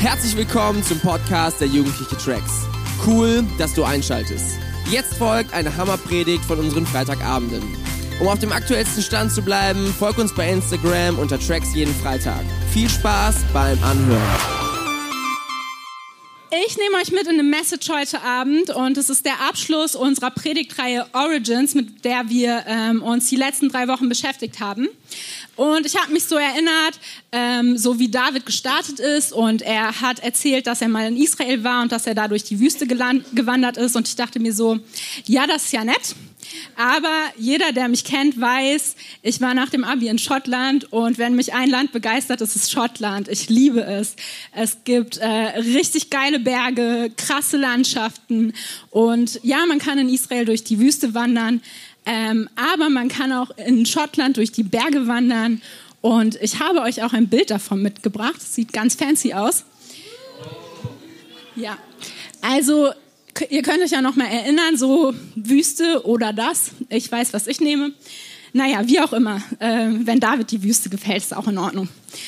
Herzlich willkommen zum Podcast der Jugendliche Tracks. Cool, dass du einschaltest. Jetzt folgt eine Hammerpredigt von unseren Freitagabenden. Um auf dem aktuellsten Stand zu bleiben, folg uns bei Instagram unter Tracks jeden Freitag. Viel Spaß beim Anhören. Ich nehme euch mit in eine Message heute Abend und es ist der Abschluss unserer Predigtreihe Origins, mit der wir uns die letzten 3 Wochen beschäftigt haben. Und ich habe mich so erinnert, so wie David gestartet ist und er hat erzählt, dass er mal in Israel war und dass er da durch die Wüste gewandert ist und ich dachte mir so, ja, das ist ja nett. Aber jeder, der mich kennt, weiß, ich war nach dem Abi in Schottland und wenn mich ein Land begeistert, ist es Schottland. Ich liebe es. Es gibt richtig geile Berge, krasse Landschaften und ja, man kann in Israel durch die Wüste wandern, aber man kann auch in Schottland durch die Berge wandern und ich habe euch auch ein Bild davon mitgebracht. Das sieht ganz fancy aus. Ja, also ihr könnt euch ja noch mal erinnern, so Wüste oder das. Ich weiß, was ich nehme. Naja, wie auch immer. Wenn David die Wüste gefällt, ist auch in Ordnung.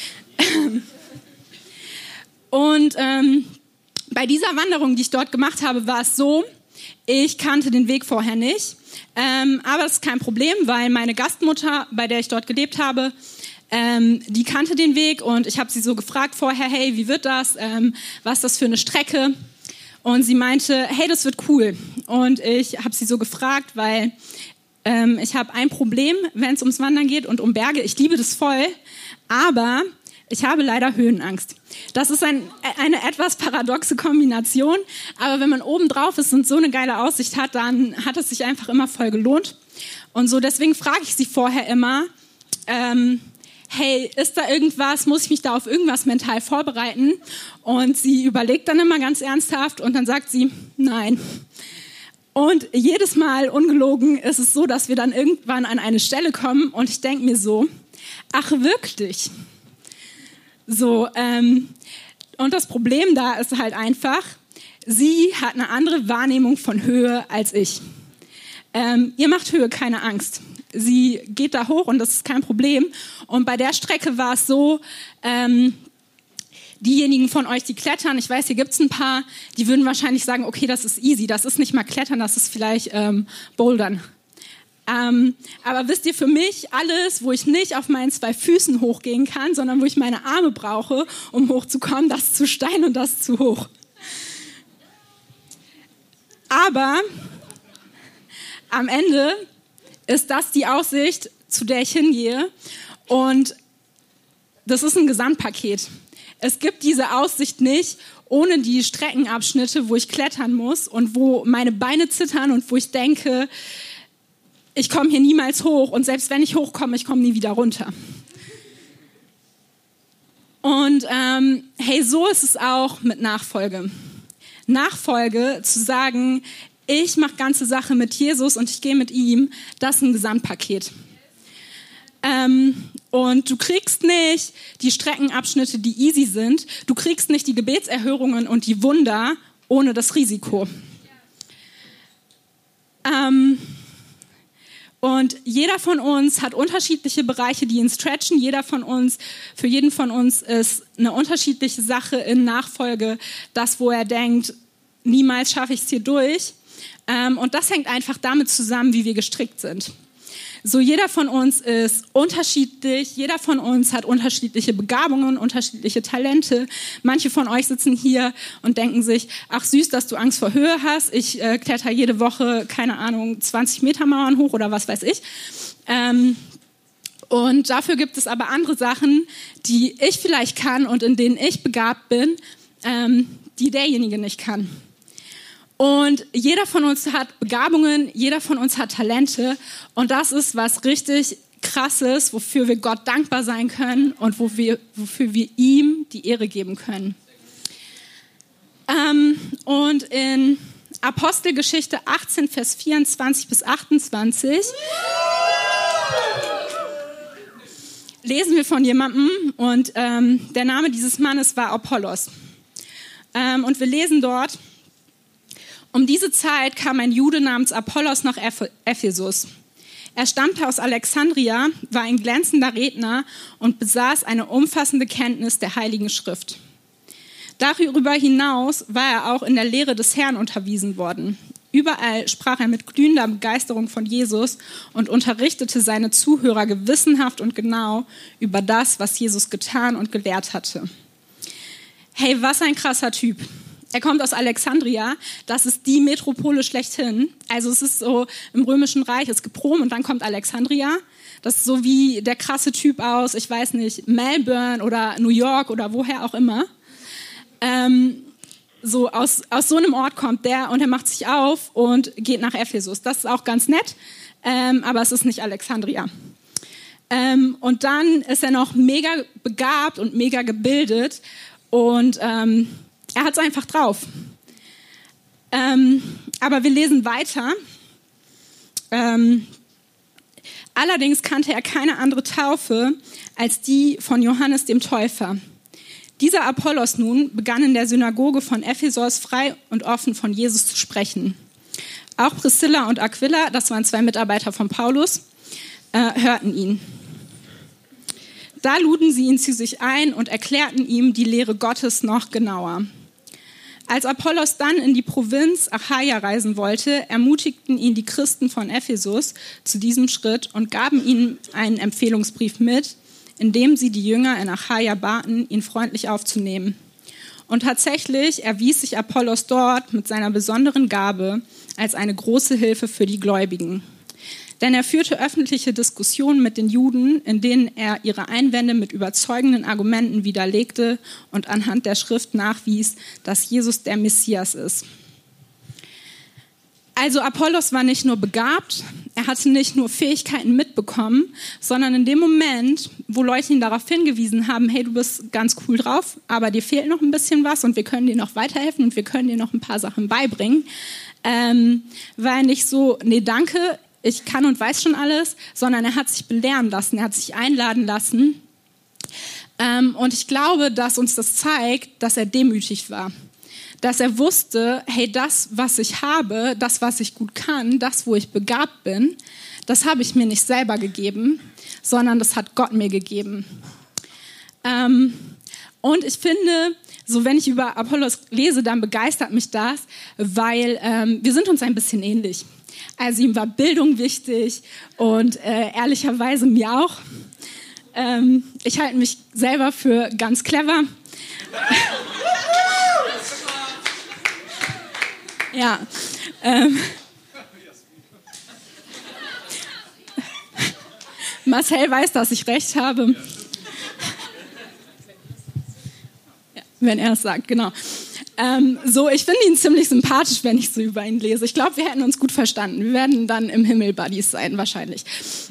Und bei dieser Wanderung, die ich dort gemacht habe, war es so, ich kannte den Weg vorher nicht. Aber das ist kein Problem, weil meine Gastmutter, bei der ich dort gelebt habe, die kannte den Weg und ich habe sie so gefragt vorher, hey, wie wird das? Was ist das für eine Strecke? Und sie meinte, hey, das wird cool. Und ich habe sie so gefragt, weil ich habe ein Problem, wenn es ums Wandern geht und um Berge. Ich liebe das voll, aber ich habe leider Höhenangst. Das ist eine etwas paradoxe Kombination, aber wenn man oben drauf ist und so eine geile Aussicht hat, dann hat es sich einfach immer voll gelohnt. Und so deswegen frage ich sie vorher immer, hey, ist da irgendwas, muss ich mich da auf irgendwas mental vorbereiten? Und sie überlegt dann immer ganz ernsthaft und dann sagt sie, nein. Und jedes Mal, ungelogen, ist es so, dass wir dann irgendwann an eine Stelle kommen und ich denke mir so, ach wirklich? So, und das Problem da ist halt einfach, sie hat eine andere Wahrnehmung von Höhe als ich. Ihr macht Höhe keine Angst. Sie geht da hoch und das ist kein Problem. Und bei der Strecke war es so, diejenigen von euch, die klettern, ich weiß, hier gibt es ein paar, die würden wahrscheinlich sagen, okay, das ist easy, das ist nicht mal Klettern, das ist vielleicht Bouldern. Aber wisst ihr, für mich alles, wo ich nicht auf meinen 2 Füßen hochgehen kann, sondern wo ich meine Arme brauche, um hochzukommen, das ist zu steil und das ist zu hoch. Aber am Ende ist das die Aussicht, zu der ich hingehe. Und das ist ein Gesamtpaket. Es gibt diese Aussicht nicht ohne die Streckenabschnitte, wo ich klettern muss und wo meine Beine zittern und wo ich denke, ich komme hier niemals hoch und selbst wenn ich hochkomme, ich komme nie wieder runter. Und hey, so ist es auch mit Nachfolge. Nachfolge, zu sagen, ich mache ganze Sache mit Jesus und ich gehe mit ihm, das ist ein Gesamtpaket. Und du kriegst nicht die Streckenabschnitte, die easy sind. Du kriegst nicht die Gebetserhörungen und die Wunder ohne das Risiko. Und jeder von uns hat unterschiedliche Bereiche, die ihn stretchen. Für jeden von uns ist eine unterschiedliche Sache in Nachfolge das, wo er denkt, niemals schaffe ich es hier durch. Und das hängt einfach damit zusammen, wie wir gestrickt sind. So, jeder von uns ist unterschiedlich, jeder von uns hat unterschiedliche Begabungen, unterschiedliche Talente. Manche von euch sitzen hier und denken sich, ach süß, dass du Angst vor Höhe hast. Ich kletter jede Woche, keine Ahnung, 20 Meter Mauern hoch oder was weiß ich. Und dafür gibt es aber andere Sachen, die ich vielleicht kann und in denen ich begabt bin, die derjenige nicht kann. Und jeder von uns hat Begabungen, jeder von uns hat Talente und das ist was richtig Krasses, wofür wir Gott dankbar sein können und wofür wir ihm die Ehre geben können. Und in Apostelgeschichte 18, Vers 24 bis 28 lesen wir von jemandem und der Name dieses Mannes war Apollos. Und wir lesen dort: Um diese Zeit kam ein Jude namens Apollos nach Ephesus. Er stammte aus Alexandria, war ein glänzender Redner und besaß eine umfassende Kenntnis der Heiligen Schrift. Darüber hinaus war er auch in der Lehre des Herrn unterwiesen worden. Überall sprach er mit glühender Begeisterung von Jesus und unterrichtete seine Zuhörer gewissenhaft und genau über das, was Jesus getan und gelehrt hatte. Hey, was ein krasser Typ. Er kommt aus Alexandria, das ist die Metropole schlechthin. Also es ist so im Römischen Reich, es gibt Rom und dann kommt Alexandria. Das ist so wie der krasse Typ aus, ich weiß nicht, Melbourne oder New York oder woher auch immer. So aus so einem Ort kommt der und er macht sich auf und geht nach Ephesus. Das ist auch ganz nett, aber es ist nicht Alexandria. Und dann ist er noch mega begabt und mega gebildet und er hat es einfach drauf. Aber wir lesen weiter. Allerdings kannte er keine andere Taufe als die von Johannes dem Täufer. Dieser Apollos nun begann in der Synagoge von Ephesos frei und offen von Jesus zu sprechen. Auch Priscilla und Aquila, das waren 2 Mitarbeiter von Paulus, hörten ihn. Da luden sie ihn zu sich ein und erklärten ihm die Lehre Gottes noch genauer. Als Apollos dann in die Provinz Achaia reisen wollte, ermutigten ihn die Christen von Ephesus zu diesem Schritt und gaben ihm einen Empfehlungsbrief mit, in dem sie die Jünger in Achaia baten, ihn freundlich aufzunehmen. Und tatsächlich erwies sich Apollos dort mit seiner besonderen Gabe als eine große Hilfe für die Gläubigen. Denn er führte öffentliche Diskussionen mit den Juden, in denen er ihre Einwände mit überzeugenden Argumenten widerlegte und anhand der Schrift nachwies, dass Jesus der Messias ist. Also Apollos war nicht nur begabt, er hatte nicht nur Fähigkeiten mitbekommen, sondern in dem Moment, wo Leute ihn darauf hingewiesen haben, hey, du bist ganz cool drauf, aber dir fehlt noch ein bisschen was und wir können dir noch weiterhelfen und wir können dir noch ein paar Sachen beibringen, war er nicht so, nee, danke, ich kann und weiß schon alles, sondern er hat sich belehren lassen, er hat sich einladen lassen. Und ich glaube, dass uns das zeigt, dass er demütig war. Dass er wusste, hey, das, was ich habe, das, was ich gut kann, das, wo ich begabt bin, das habe ich mir nicht selber gegeben, sondern das hat Gott mir gegeben. Und ich finde, so wenn ich über Apollos lese, dann begeistert mich das, weil wir sind uns ein bisschen ähnlich. Also ihm war Bildung wichtig und ehrlicherweise mir auch. Ich halte mich selber für ganz clever. Ja. Marcel weiß, dass ich recht habe. Ja, wenn er es sagt, genau. Ich finde ihn ziemlich sympathisch, wenn ich so über ihn lese. Ich glaube, wir hätten uns gut verstanden. Wir werden dann im Himmel Buddies sein, wahrscheinlich.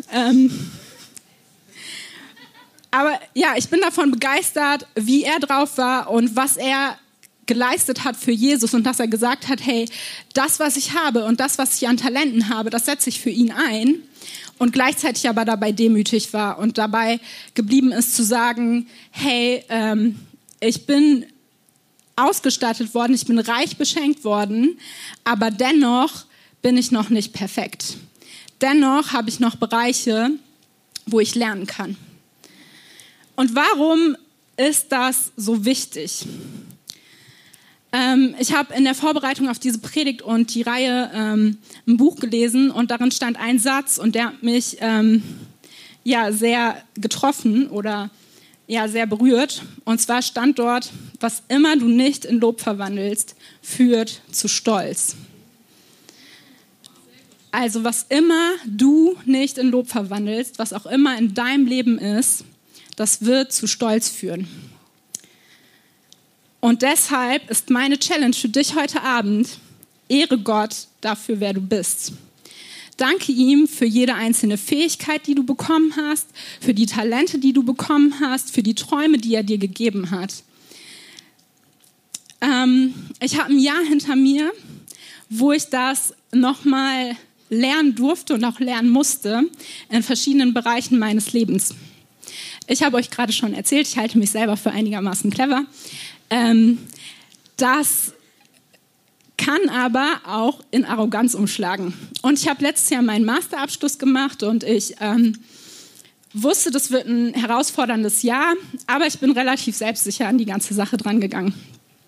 Aber ja, ich bin davon begeistert, wie er drauf war und was er geleistet hat für Jesus und dass er gesagt hat, hey, das, was ich habe und das, was ich an Talenten habe, das setze ich für ihn ein und gleichzeitig aber dabei demütig war und dabei geblieben ist zu sagen, hey, ich bin ausgestattet worden, ich bin reich beschenkt worden, aber dennoch bin ich noch nicht perfekt. Dennoch habe ich noch Bereiche, wo ich lernen kann. Und warum ist das so wichtig? Ich habe in der Vorbereitung auf diese Predigt und die Reihe ein Buch gelesen und darin stand ein Satz und der hat mich sehr getroffen oder sehr berührt. Und zwar stand dort, was immer du nicht in Lob verwandelst, führt zu Stolz. Also was immer du nicht in Lob verwandelst, was auch immer in deinem Leben ist, das wird zu Stolz führen. Und deshalb ist meine Challenge für dich heute Abend, ehre Gott dafür, wer du bist. Danke ihm für jede einzelne Fähigkeit, die du bekommen hast, für die Talente, die du bekommen hast, für die Träume, die er dir gegeben hat. Ich habe ein Jahr hinter mir, wo ich das nochmal lernen durfte und auch lernen musste in verschiedenen Bereichen meines Lebens. Ich habe euch gerade schon erzählt, ich halte mich selber für einigermaßen clever. Das kann aber auch in Arroganz umschlagen. Und ich habe letztes Jahr meinen Masterabschluss gemacht und ich wusste, das wird ein herausforderndes Jahr, aber ich bin relativ selbstsicher an die ganze Sache dran gegangen.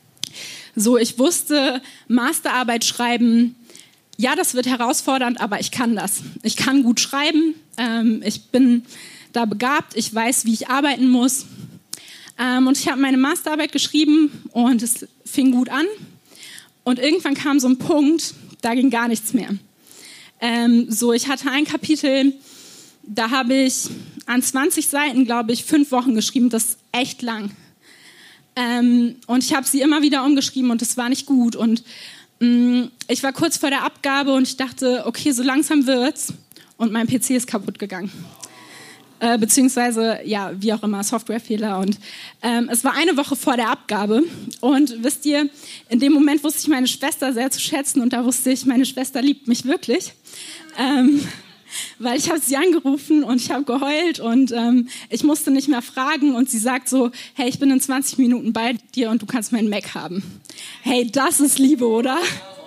So, ich wusste, Masterarbeit schreiben, ja, das wird herausfordernd, aber ich kann das. Ich kann gut schreiben, ich bin da begabt, ich weiß, wie ich arbeiten muss. Und ich habe meine Masterarbeit geschrieben und es fing gut an. Und irgendwann kam so ein Punkt, da ging gar nichts mehr. Ich hatte ein Kapitel, da habe ich an 20 Seiten, glaube ich, 5 Wochen geschrieben. Das ist echt lang. Und ich habe sie immer wieder umgeschrieben und es war nicht gut. Und ich war kurz vor der Abgabe und ich dachte, okay, so langsam wird's. Und mein PC ist kaputt gegangen. Beziehungsweise, ja, wie auch immer, Softwarefehler. Und es war eine Woche vor der Abgabe. Und wisst ihr, in dem Moment wusste ich meine Schwester sehr zu schätzen. Und da wusste ich, meine Schwester liebt mich wirklich. Weil ich habe sie angerufen und ich habe geheult und ich musste nicht mehr fragen. Und sie sagt so, hey, ich bin in 20 Minuten bei dir und du kannst meinen Mac haben. Hey, das ist Liebe, oder?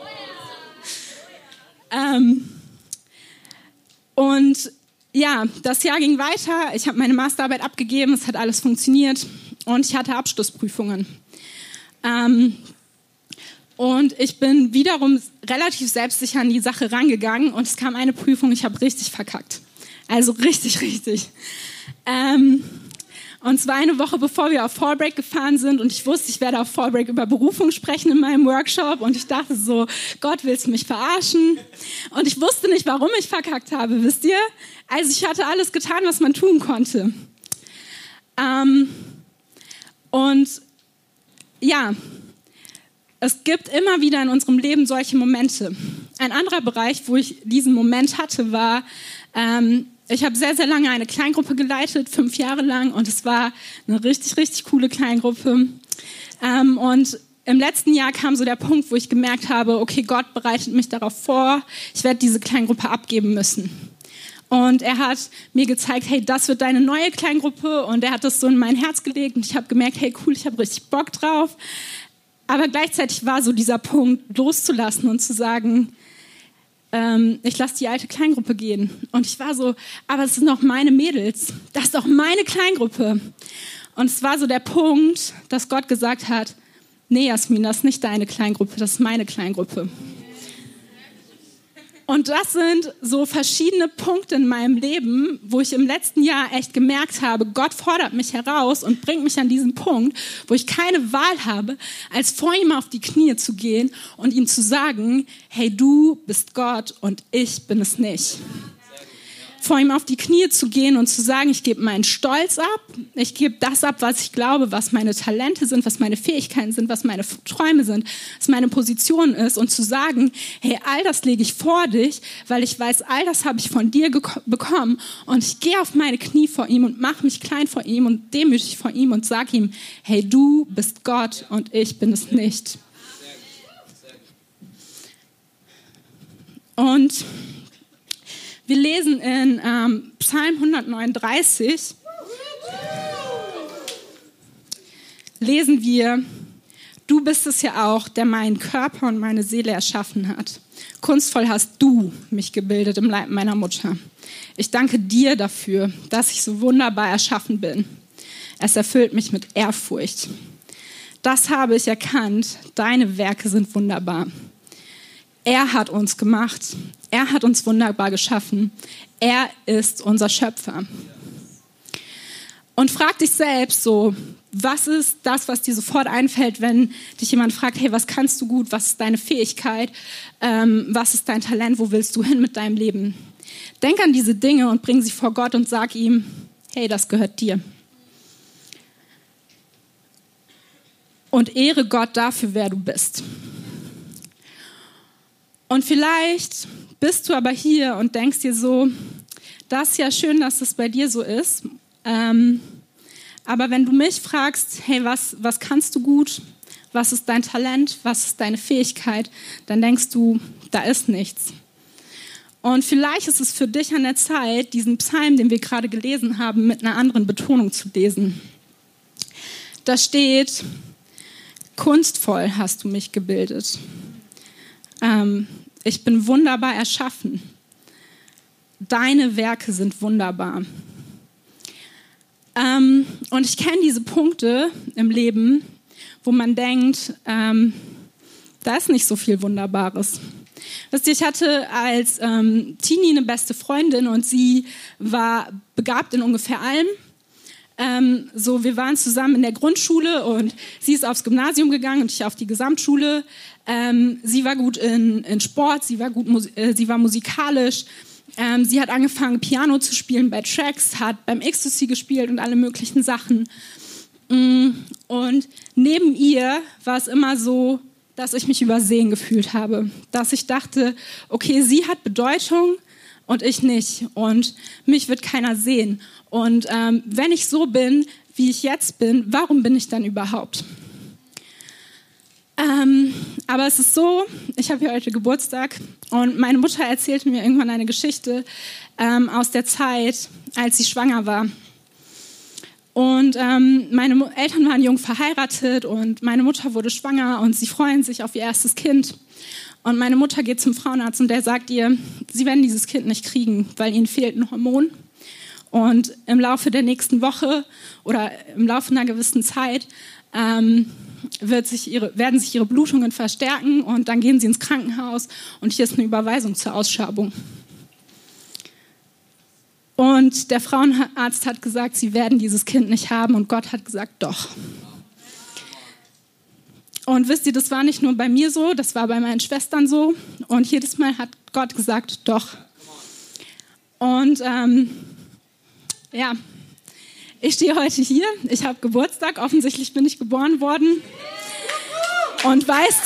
Und ja, das Jahr ging weiter. Ich habe meine Masterarbeit abgegeben, es hat alles funktioniert und ich hatte Abschlussprüfungen. Und ich bin wiederum relativ selbstsicher an die Sache rangegangen und es kam eine Prüfung, ich habe richtig verkackt. Also richtig. Und es war eine Woche, bevor wir auf Fallbreak gefahren sind und ich wusste, ich werde auf Fallbreak über Berufung sprechen in meinem Workshop und ich dachte so, Gott, willst du mich verarschen? Und ich wusste nicht, warum ich verkackt habe, wisst ihr? Also ich hatte alles getan, was man tun konnte. Und ja, es gibt immer wieder in unserem Leben solche Momente. Ein anderer Bereich, wo ich diesen Moment hatte, war, ich habe sehr, sehr lange eine Kleingruppe geleitet, 5 Jahre lang, und es war eine richtig coole Kleingruppe. Und im letzten Jahr kam so der Punkt, wo ich gemerkt habe, okay, Gott bereitet mich darauf vor, ich werde diese Kleingruppe abgeben müssen. Und er hat mir gezeigt, hey, das wird deine neue Kleingruppe, und er hat das so in mein Herz gelegt und ich habe gemerkt, hey, cool, ich habe richtig Bock drauf. Aber gleichzeitig war so dieser Punkt, loszulassen und zu sagen, ich lasse die alte Kleingruppe gehen. Und ich war so, aber es sind doch meine Mädels. Das ist doch meine Kleingruppe. Und es war so der Punkt, dass Gott gesagt hat, nee, Jasmin, das ist nicht deine Kleingruppe, das ist meine Kleingruppe. Und das sind so verschiedene Punkte in meinem Leben, wo ich im letzten Jahr echt gemerkt habe, Gott fordert mich heraus und bringt mich an diesen Punkt, wo ich keine Wahl habe, als vor ihm auf die Knie zu gehen und ihm zu sagen, hey, du bist Gott und ich bin es nicht. Vor ihm auf die Knie zu gehen und zu sagen, ich gebe meinen Stolz ab, ich gebe das ab, was ich glaube, was meine Talente sind, was meine Fähigkeiten sind, was meine Träume sind, was meine Position ist, und zu sagen, hey, all das lege ich vor dich, weil ich weiß, all das habe ich von dir bekommen, und ich gehe auf meine Knie vor ihm und mache mich klein vor ihm und demütig vor ihm und sage ihm, hey, du bist Gott und ich bin es nicht. Und wir lesen in Psalm 139, lesen wir, du bist es ja auch, der meinen Körper und meine Seele erschaffen hat. Kunstvoll hast du mich gebildet im Leib meiner Mutter. Ich danke dir dafür, dass ich so wunderbar erschaffen bin. Es erfüllt mich mit Ehrfurcht. Das habe ich erkannt, deine Werke sind wunderbar. Er hat uns gemacht. Er hat uns wunderbar geschaffen. Er ist unser Schöpfer. Und frag dich selbst so, was ist das, was dir sofort einfällt, wenn dich jemand fragt, hey, was kannst du gut, was ist deine Fähigkeit, was ist dein Talent, wo willst du hin mit deinem Leben? Denk an diese Dinge und bring sie vor Gott und sag ihm, hey, das gehört dir. Und ehre Gott dafür, wer du bist. Und vielleicht bist du aber hier und denkst dir so, das ist ja schön, dass das bei dir so ist. Aber wenn du mich fragst, hey, was kannst du gut? Was ist dein Talent? Was ist deine Fähigkeit? Dann denkst du, da ist nichts. Und vielleicht ist es für dich an der Zeit, diesen Psalm, den wir gerade gelesen haben, mit einer anderen Betonung zu lesen. Da steht, kunstvoll hast du mich gebildet. Ich bin wunderbar erschaffen. Deine Werke sind wunderbar. Und ich kenne diese Punkte im Leben, wo man denkt, da ist nicht so viel Wunderbares. Wisst ihr, ich hatte als Teenie eine beste Freundin und sie war begabt in ungefähr allem. Wir waren zusammen in der Grundschule und sie ist aufs Gymnasium gegangen und ich auf die Gesamtschule. Sie war gut in Sport, sie war musikalisch. Sie hat angefangen, Piano zu spielen bei Tracks, hat beim Ecstasy gespielt und alle möglichen Sachen. Und neben ihr war es immer so, dass ich mich übersehen gefühlt habe. Dass ich dachte, okay, sie hat Bedeutung und ich nicht. Und mich wird keiner sehen. Und wenn ich so bin, wie ich jetzt bin, warum bin ich dann überhaupt? Aber es ist so, ich habe hier heute Geburtstag und meine Mutter erzählte mir irgendwann eine Geschichte aus der Zeit, als sie schwanger war. Und meine Eltern waren jung verheiratet und meine Mutter wurde schwanger und sie freuen sich auf ihr erstes Kind. Und meine Mutter geht zum Frauenarzt und der sagt ihr, sie werden dieses Kind nicht kriegen, weil ihnen fehlt ein Hormon. Und im Laufe der nächsten Woche oder im Laufe einer gewissen Zeit werden sich ihre Blutungen verstärken und dann gehen sie ins Krankenhaus und hier ist eine Überweisung zur Ausschabung. Und der Frauenarzt hat gesagt, sie werden dieses Kind nicht haben und Gott hat gesagt, doch. Und wisst ihr, das war nicht nur bei mir so, das war bei meinen Schwestern so und jedes Mal hat Gott gesagt, doch. Und ich stehe heute hier, ich habe Geburtstag, offensichtlich bin ich geboren worden. Und weißt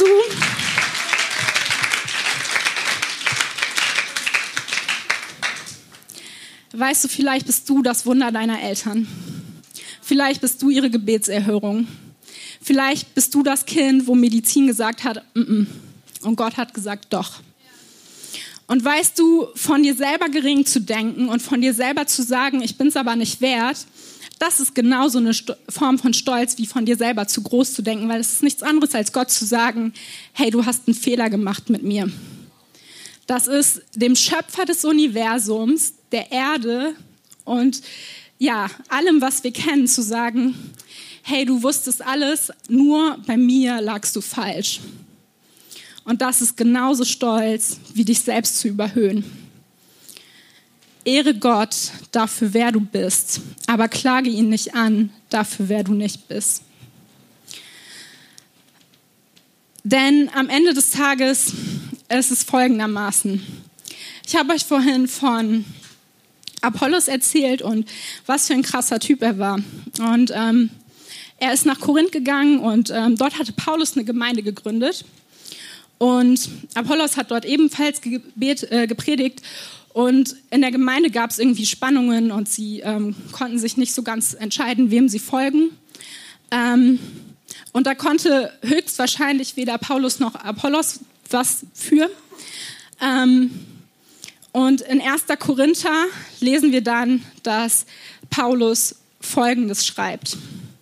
du, vielleicht bist du das Wunder deiner Eltern. Vielleicht bist du ihre Gebetserhörung. Vielleicht bist du das Kind, wo Medizin gesagt hat, und Gott hat gesagt, doch. Und weißt du, von dir selber gering zu denken und von dir selber zu sagen, ich bin es aber nicht wert, das ist genauso eine Form von Stolz, wie von dir selber zu groß zu denken, weil es ist nichts anderes, als Gott zu sagen, hey, du hast einen Fehler gemacht mit mir. Das ist dem Schöpfer des Universums, der Erde und ja, allem, was wir kennen, zu sagen, hey, du wusstest alles, nur bei mir lagst du falsch. Und das ist genauso stolz, wie dich selbst zu überhöhen. Ehre Gott dafür, wer du bist, aber klage ihn nicht an dafür, wer du nicht bist. Denn am Ende des Tages ist es folgendermaßen. Ich habe euch vorhin von Apollos erzählt und was für ein krasser Typ er war. Und er ist nach Korinth gegangen und dort hatte Paulus eine Gemeinde gegründet. Und Apollos hat dort ebenfalls gepredigt und in der Gemeinde gab es irgendwie Spannungen und sie konnten sich nicht so ganz entscheiden, wem sie folgen. Und da konnte höchstwahrscheinlich weder Paulus noch Apollos was für. Und in 1. Korinther lesen wir dann, dass Paulus Folgendes schreibt.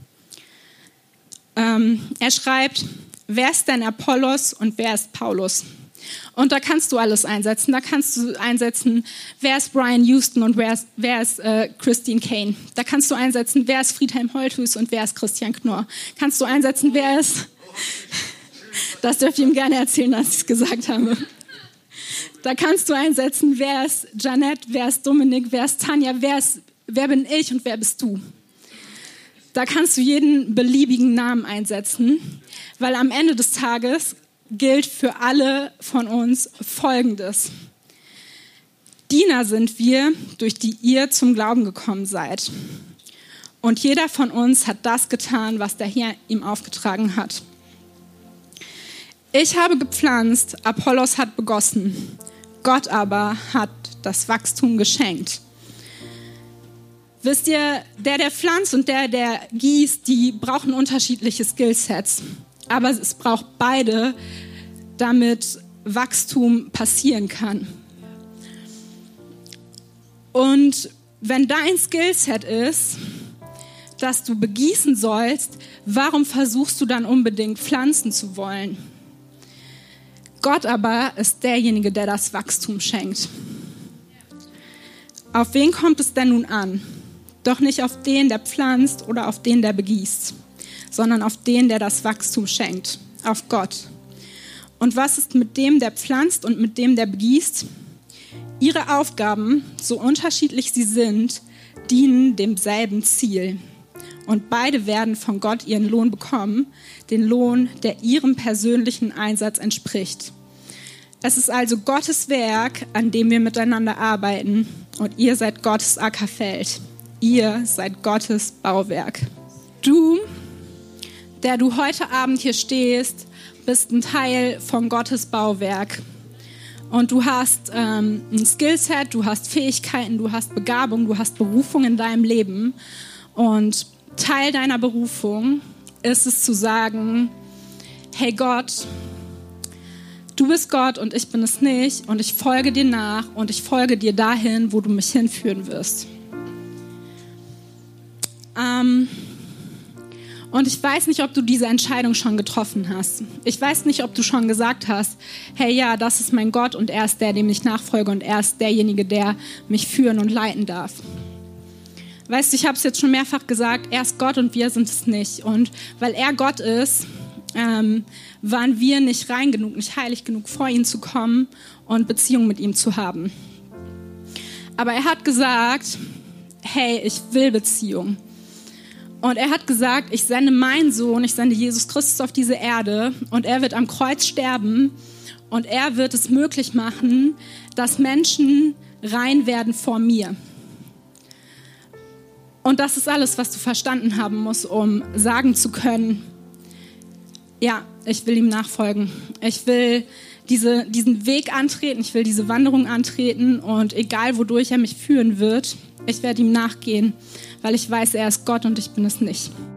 Er schreibt, wer ist denn Apollos und wer ist Paulus? Und da kannst du alles einsetzen. Da kannst du einsetzen, wer ist Brian Houston und wer ist Christine Kane. Da kannst du einsetzen, wer ist Friedhelm Holthus und wer ist Christian Knorr. Kannst du einsetzen, wer ist... Das dürft ihr ihm gerne erzählen, als ich es gesagt habe. Da kannst du einsetzen, wer ist Janette, wer ist Dominik, wer ist Tanja, wer bin ich und wer bist du. Da kannst du jeden beliebigen Namen einsetzen, weil am Ende des Tages gilt für alle von uns Folgendes. Diener sind wir, durch die ihr zum Glauben gekommen seid. Und jeder von uns hat das getan, was der Herr ihm aufgetragen hat. Ich habe gepflanzt, Apollos hat begossen. Gott aber hat das Wachstum geschenkt. Wisst ihr, der pflanzt und der gießt, die brauchen unterschiedliche Skillsets. Aber es braucht beide, damit Wachstum passieren kann. Und wenn dein Skillset ist, dass du begießen sollst, warum versuchst du dann unbedingt pflanzen zu wollen? Gott aber ist derjenige, der das Wachstum schenkt. Auf wen kommt es denn nun an? Doch nicht auf den, der pflanzt oder auf den, der begießt, sondern auf den, der das Wachstum schenkt, auf Gott. Und was ist mit dem, der pflanzt und mit dem, der begießt? Ihre Aufgaben, so unterschiedlich sie sind, dienen demselben Ziel. Und beide werden von Gott ihren Lohn bekommen, den Lohn, der ihrem persönlichen Einsatz entspricht. Es ist also Gottes Werk, an dem wir miteinander arbeiten. Und ihr seid Gottes Ackerfeld. Ihr seid Gottes Bauwerk. Du, der du heute Abend hier stehst, bist ein Teil von Gottes Bauwerk. Und du hast ein Skillset, du hast Fähigkeiten, du hast Begabung, du hast Berufung in deinem Leben. Und Teil deiner Berufung ist es zu sagen, hey Gott, du bist Gott und ich bin es nicht und ich folge dir nach und ich folge dir dahin, wo du mich hinführen wirst. Und ich weiß nicht, ob du diese Entscheidung schon getroffen hast. Ich weiß nicht, ob du schon gesagt hast, hey ja, das ist mein Gott und er ist der, dem ich nachfolge und er ist derjenige, der mich führen und leiten darf. Weißt du, ich habe es jetzt schon mehrfach gesagt, er ist Gott und wir sind es nicht. Und weil er Gott ist, waren wir nicht rein genug, nicht heilig genug, vor ihn zu kommen und Beziehung mit ihm zu haben. Aber er hat gesagt, hey, ich will Beziehung. Und er hat gesagt, ich sende meinen Sohn, ich sende Jesus Christus auf diese Erde und er wird am Kreuz sterben und er wird es möglich machen, dass Menschen rein werden vor mir. Und das ist alles, was du verstanden haben musst, um sagen zu können, ja, ich will ihm nachfolgen. Ich will diesen Weg antreten, ich will diese Wanderung antreten und egal, wodurch er mich führen wird, ich werde ihm nachgehen, weil ich weiß, er ist Gott und ich bin es nicht.